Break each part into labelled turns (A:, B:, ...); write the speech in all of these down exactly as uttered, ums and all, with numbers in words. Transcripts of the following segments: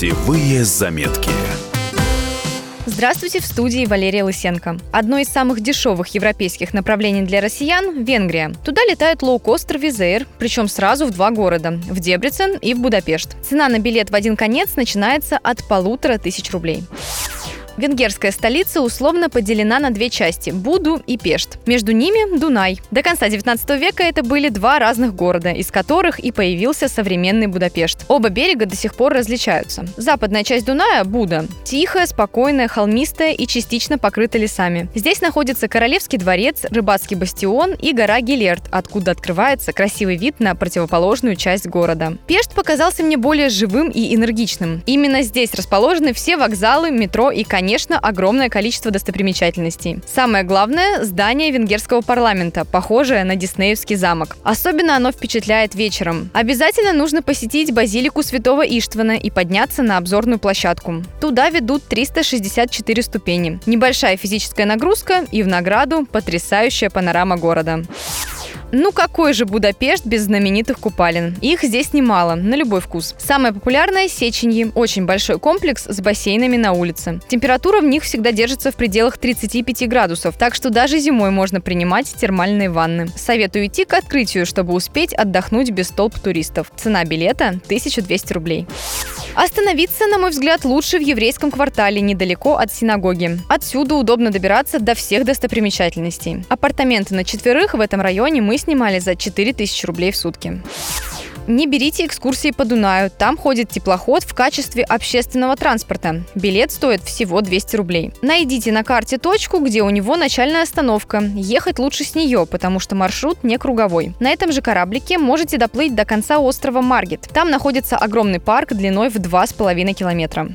A: Путевые заметки.
B: Здравствуйте, в студии Валерия Лысенко. Одно из самых дешевых европейских направлений для россиян – Венгрия. Туда летает лоукостер Wizz Air, причем сразу в два города – в Дебрецен и в Будапешт. Цена на билет в один конец начинается от полутора тысяч рублей. Венгерская столица условно поделена на две части – Буду и Пешт. Между ними – Дунай. До конца девятнадцатого века это были два разных города, из которых и появился современный Будапешт. Оба берега до сих пор различаются. Западная часть Дуная – Буда. Тихая, спокойная, холмистая и частично покрыта лесами. Здесь находится Королевский дворец, рыбацкий бастион и гора Гелерт, откуда открывается красивый вид на противоположную часть города. Пешт показался мне более живым и энергичным. Именно здесь расположены все вокзалы, метро и, конечно, Конечно, огромное количество достопримечательностей. Самое главное – здание венгерского парламента, похожее на диснеевский замок. Особенно оно впечатляет вечером. Обязательно нужно посетить базилику Святого Иштвана и подняться на обзорную площадку. Туда ведут триста шестьдесят четыре ступени. Небольшая физическая нагрузка и в награду потрясающая панорама города. Ну какой же Будапешт без знаменитых купалин? Их здесь немало, на любой вкус. Самое популярное – Сеченьи, очень большой комплекс с бассейнами на улице. Температура в них всегда держится в пределах тридцати пяти градусов, так что даже зимой можно принимать термальные ванны. Советую идти к открытию, чтобы успеть отдохнуть без толп туристов. Цена билета – тысяча двести рублей. Остановиться, на мой взгляд, лучше в еврейском квартале, недалеко от синагоги. Отсюда удобно добираться до всех достопримечательностей. Апартаменты на четверых в этом районе мы снимали за четыре тысячи рублей в сутки. Не берите экскурсии по Дунаю, там ходит теплоход в качестве общественного транспорта. Билет стоит всего двести рублей. Найдите на карте точку, где у него начальная остановка. Ехать лучше с нее, потому что маршрут не круговой. На этом же кораблике можете доплыть до конца острова Маргет. Там находится огромный парк длиной в два с половиной километра.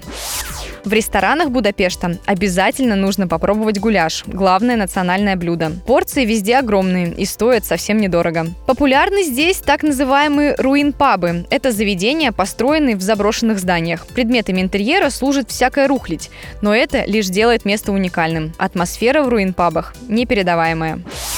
B: В ресторанах Будапешта обязательно нужно попробовать гуляш – главное национальное блюдо. Порции везде огромные и стоят совсем недорого. Популярны здесь так называемые руин-пабы. Это заведения, построенные в заброшенных зданиях. Предметами интерьера служит всякая рухлядь, но это лишь делает место уникальным. Атмосфера в руин-пабах непередаваемая.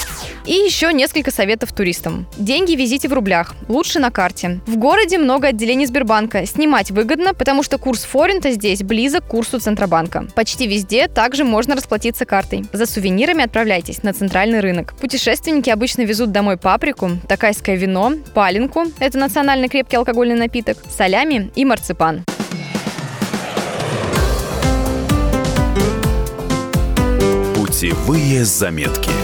B: И еще несколько советов туристам. Деньги везите в рублях, лучше на карте. В городе много отделений Сбербанка. Снимать выгодно, потому что курс форинта здесь близок к курсу Центробанка. Почти везде также можно расплатиться картой. За сувенирами отправляйтесь на центральный рынок. Путешественники обычно везут домой паприку, токайское вино, паленку – это национальный крепкий алкогольный напиток, салями и марципан.
A: Путевые заметки.